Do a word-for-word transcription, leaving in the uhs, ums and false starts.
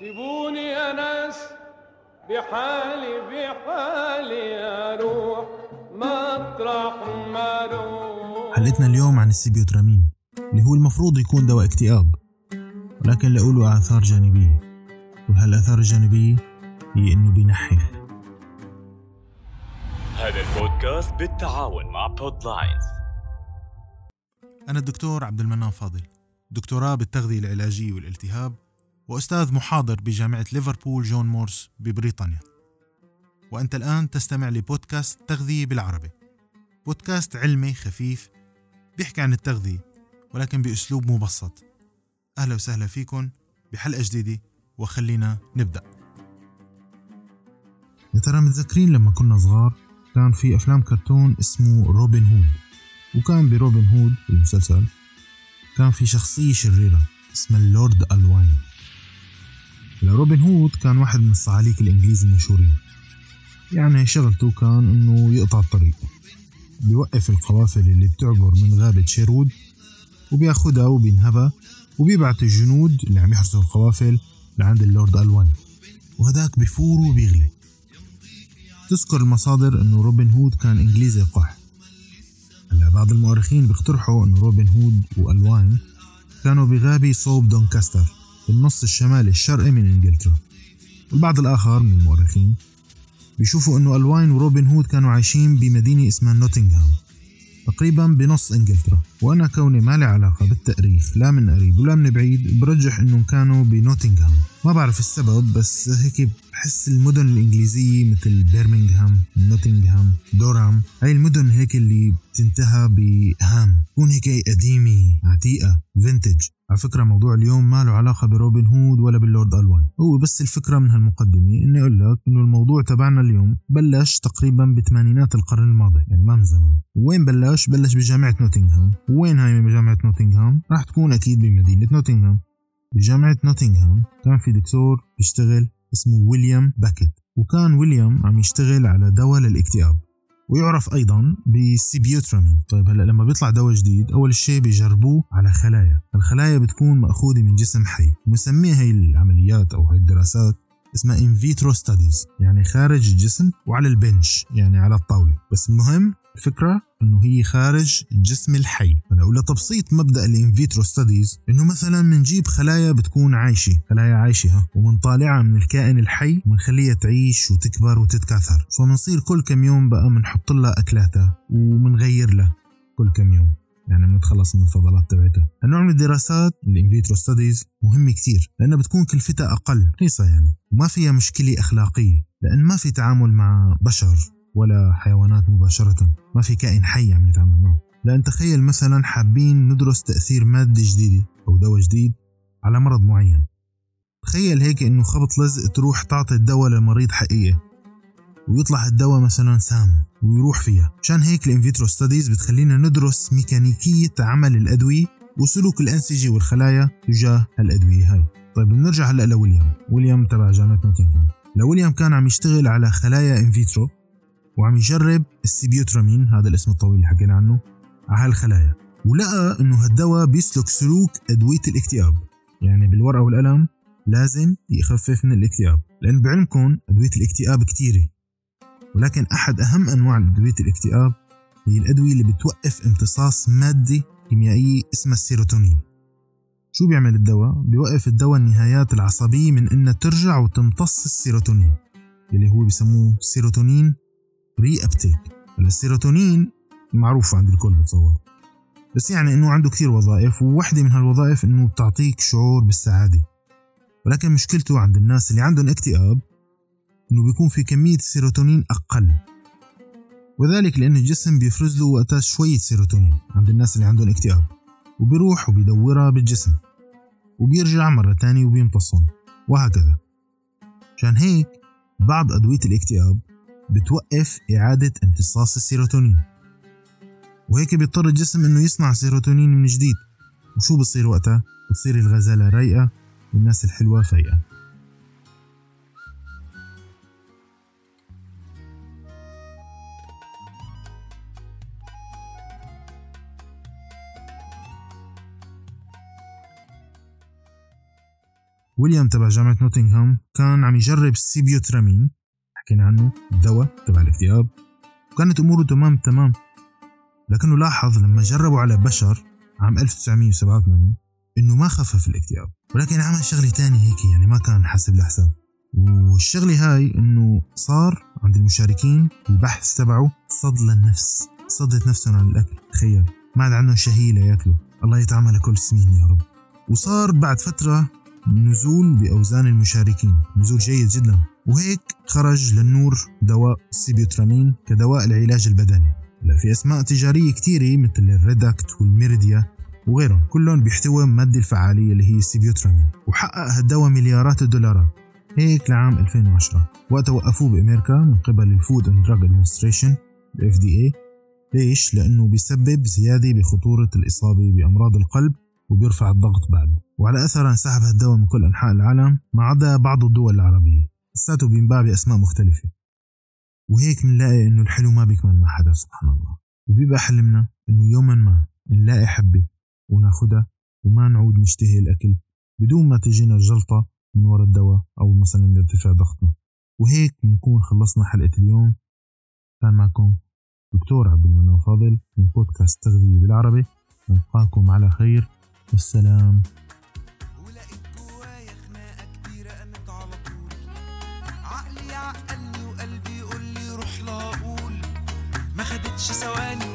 سيبوني يا ناس بحالي بحالي أروح مطرح ما أروح. حلقتنا اليوم عن السيبيوترامين اللي هو المفروض يكون دواء اكتئاب، ولكن لقوا له آثار جانبية، وهالآثار الجانبية هي إنه بينحف. هذا البودكاست بالتعاون مع بودلاينز. أنا الدكتور عبد المنان فاضل، دكتوراه بالتغذية العلاجية والالتهاب، وأستاذ محاضر بجامعة ليفربول جون مورس ببريطانيا. وأنت الآن تستمع لبودكاست تغذية بالعربي، بودكاست علمي خفيف بيحكي عن التغذية ولكن بأسلوب مبسط. أهلا وسهلا فيكن بحلقة جديدة، وخلينا نبدأ. يا ترى متذكرين لما كنا صغار كان في أفلام كرتون اسمه روبن هود، وكان بروبن هود المسلسل كان في شخصية شريرة اسمها اللورد ألواين. روبن هود كان واحد من الصعاليك الإنجليز المشهورين، يعني شغلته كان إنه يقطع الطريق، بيوقف القوافل اللي بتعبر من غابة شيرود وبياخدها وبينهبها وبيبعت الجنود اللي عم يحرسوا القوافل لعند اللورد ألواين، وهداك بيفور وبيغلي. تذكر المصادر إنه روبن هود كان إنجليزي قح. هلا بعض المؤرخين بيقترحوا إنه روبن هود وألواين كانوا بغابة صوب دونكاستر في النص الشمالي الشرقي من إنجلترا. البعض الآخر من المؤرخين بيشوفوا إنه ألواين وروبن هود كانوا عايشين بمدينة اسمها نوتنغهام تقريبا بنص إنجلترا. وأنا كوني ما لي علاقة بالتاريخ لا من قريب ولا من بعيد، برجح إنهم كانوا بنوتنغهام. ما بعرف السبب، بس هيك بحس المدن الإنجليزية مثل بيرمنغهام، نوتنغهام، دورام، هاي المدن هيك اللي بتنتهى بهام، تكون هيك قديمة عتيقة فينتج. على فكرة موضوع اليوم ما له علاقة بروبن هود ولا باللورد ألواين، هو بس الفكرة من هالمقدمة إني أقول لك إنه الموضوع تبعنا اليوم بلش تقريبا بثمانينات القرن الماضي، يعني ما من زمان. وين بلش؟ بلش بجامعة نوتنغهام. وين هاي جامعة نوتنغهام؟ راح تكون أكيد بمدينة نوتنغهام. بجامعة نوتنغهام كان في دكتور بيشتغل اسمه ويليام باكيت، وكان ويليام عم يشتغل على دواء للاكتئاب ويعرف أيضا بالسيبيوترامين. طيب هلأ لما بيطلع دواء جديد أول شيء بيجربوه على خلايا. الخلايا بتكون مأخوذة من جسم حي، مسميها هاي العمليات أو هاي الدراسات اسمها in vitro studies، يعني خارج الجسم وعلى البنش يعني على الطاولة. بس المهم الفكرة إنه هي خارج الجسم الحي. فلو لتبسيط مبدأ ال in vitro studies إنه مثلا منجيب خلايا بتكون عايشة، خلايا عايشة ومنطالعة من الكائن الحي ومنخليها تعيش وتكبر وتتكاثر. فمنصير كل كم يوم بقى منحط لها أكلاتها ومنغير لها كل كم يوم، يعني منتخلص من الفضلات تبعتها. النوع من الدراسات ال in vitro studies مهم كتير لأنها بتكون كلفتها أقل، رخيصة يعني، وما فيها مشكلة أخلاقية لأن ما في تعامل مع بشر ولا حيوانات مباشرة، ما في كائن حي عم نتعامل معه. لأن تخيل مثلا حابين ندرس تأثير مادة جديدة أو دواء جديد على مرض معين، تخيل هيك إنه خبط لزق تروح تعطي الدواء لمريض حقيقي ويطلع الدواء مثلا سام ويروح فيها. عشان هيك ال in vitro studies بتخلينا ندرس ميكانيكية عمل الأدوية وسلوك الأنسجة والخلايا تجاه الأدوية هاي. طيب بنرجع هلأ لويليام. ويليام تبع جامعة نوتنغهام. لويليام كان عم يشتغل على خلايا in vitro وعم يجرب السيبيوترامين، هذا الاسم الطويل اللي حكينا عنه، على هالخلايا، ولقى انه هالدواء بيسلك سلوك ادوية الاكتئاب. يعني بالورقة والقلم لازم يخفف من الاكتئاب، لان بعلمكم ادوية الاكتئاب كتيرة، ولكن احد اهم انواع ادوية الاكتئاب هي الادوية اللي بتوقف امتصاص مادة كيميائية اسمها السيروتونين. شو بيعمل الدواء؟ بيوقف الدواء النهايات العصبية من انها ترجع وتمتص السيروتونين اللي هو بيسموه سيروتونين ري ابتيك. السيروتونين معروف عند الكل بتصور، بس يعني انه عنده كثير وظائف، وواحدة من هالوظائف انه بتعطيك شعور بالسعادة. ولكن مشكلته عند الناس اللي عندهم اكتئاب انه بيكون في كمية السيروتونين اقل، وذلك لان الجسم بيفرز له وقتها شوية سيروتونين عند الناس اللي عندهم اكتئاب، وبيروح وبيدورها بالجسم وبيرجع مرة تانية وبيمتصهم وهكذا. عشان هيك بعض ادوية الاكتئاب بتوقف إعادة امتصاص السيروتونين، وهيك بيضطر الجسم إنه يصنع سيروتونين من جديد. وشو بصير وقتها؟ بتصير الغزالة رايقة والناس الحلوة فايقة. ويليام تبع جامعة نوتنغهام كان عم يجرب سيبيوترامين، حكينا عنه الدواء تبع الاكتئاب، وكانت أموره تمام تمام. لكنه لاحظ لما جربوا على بشر عام ألف وتسعمية وسبعة وثمانين إنه ما خفف الاكتئاب، ولكن عمل شغلة تانية هيك يعني ما كان حاسب الحساب. والشغلة هاي إنه صار عند المشاركين البحث تبعه صد للنفس، صدت نفسهم عن الأكل. تخيل ما عاد عنهم شهية ليأكلوا، الله يتعامل كل سنين يا رب. وصار بعد فترة نزول بأوزان المشاركين، نزول جيد جدا، وهيك خرج للنور دواء سيبيوترامين كدواء العلاج البدني. لا في أسماء تجارية كتيرة مثل الريداكت والميرديا وغيرهم، كلهم بيحتوى مادة الفعالية اللي هي السيبيوترامين، وحقق هالدواء مليارات الدولارات. هيك لعام ألفين وعشرة وقت وقفوه بأمريكا من قبل الفود اند دراج ادمنستريشن اف دي اي. ليش؟ لأنه بيسبب زيادة بخطورة الإصابة بأمراض القلب وبيرفع الضغط بعد. وعلى أثر انسحب هالدواء من كل أنحاء العالم ما عدا بعض الدول العربية، لساته بينباع بأسماء مختلفة. وهيك منلاقي إنه الحلو ما بيكمل مع حدا سبحان الله، وبيبقى حلمنا إنه يوما ما نلاقي حبة وناخدها وما نعود نشتهي الأكل بدون ما تجينا الجلطة من وراء الدواء أو مثلا ارتفاع ضغطنا. وهيك بنكون خلصنا حلقة اليوم. كان معكم دكتور عبد المنعم فاضل من بودكاست تغذية بالعربي. نلقاكم على خير، والسلام. ولقيت جوايا خناقة كبيرة قامت على طول، عقلي عقلني وقلبي يقول لي روح لا أقول، ما خدتش ثواني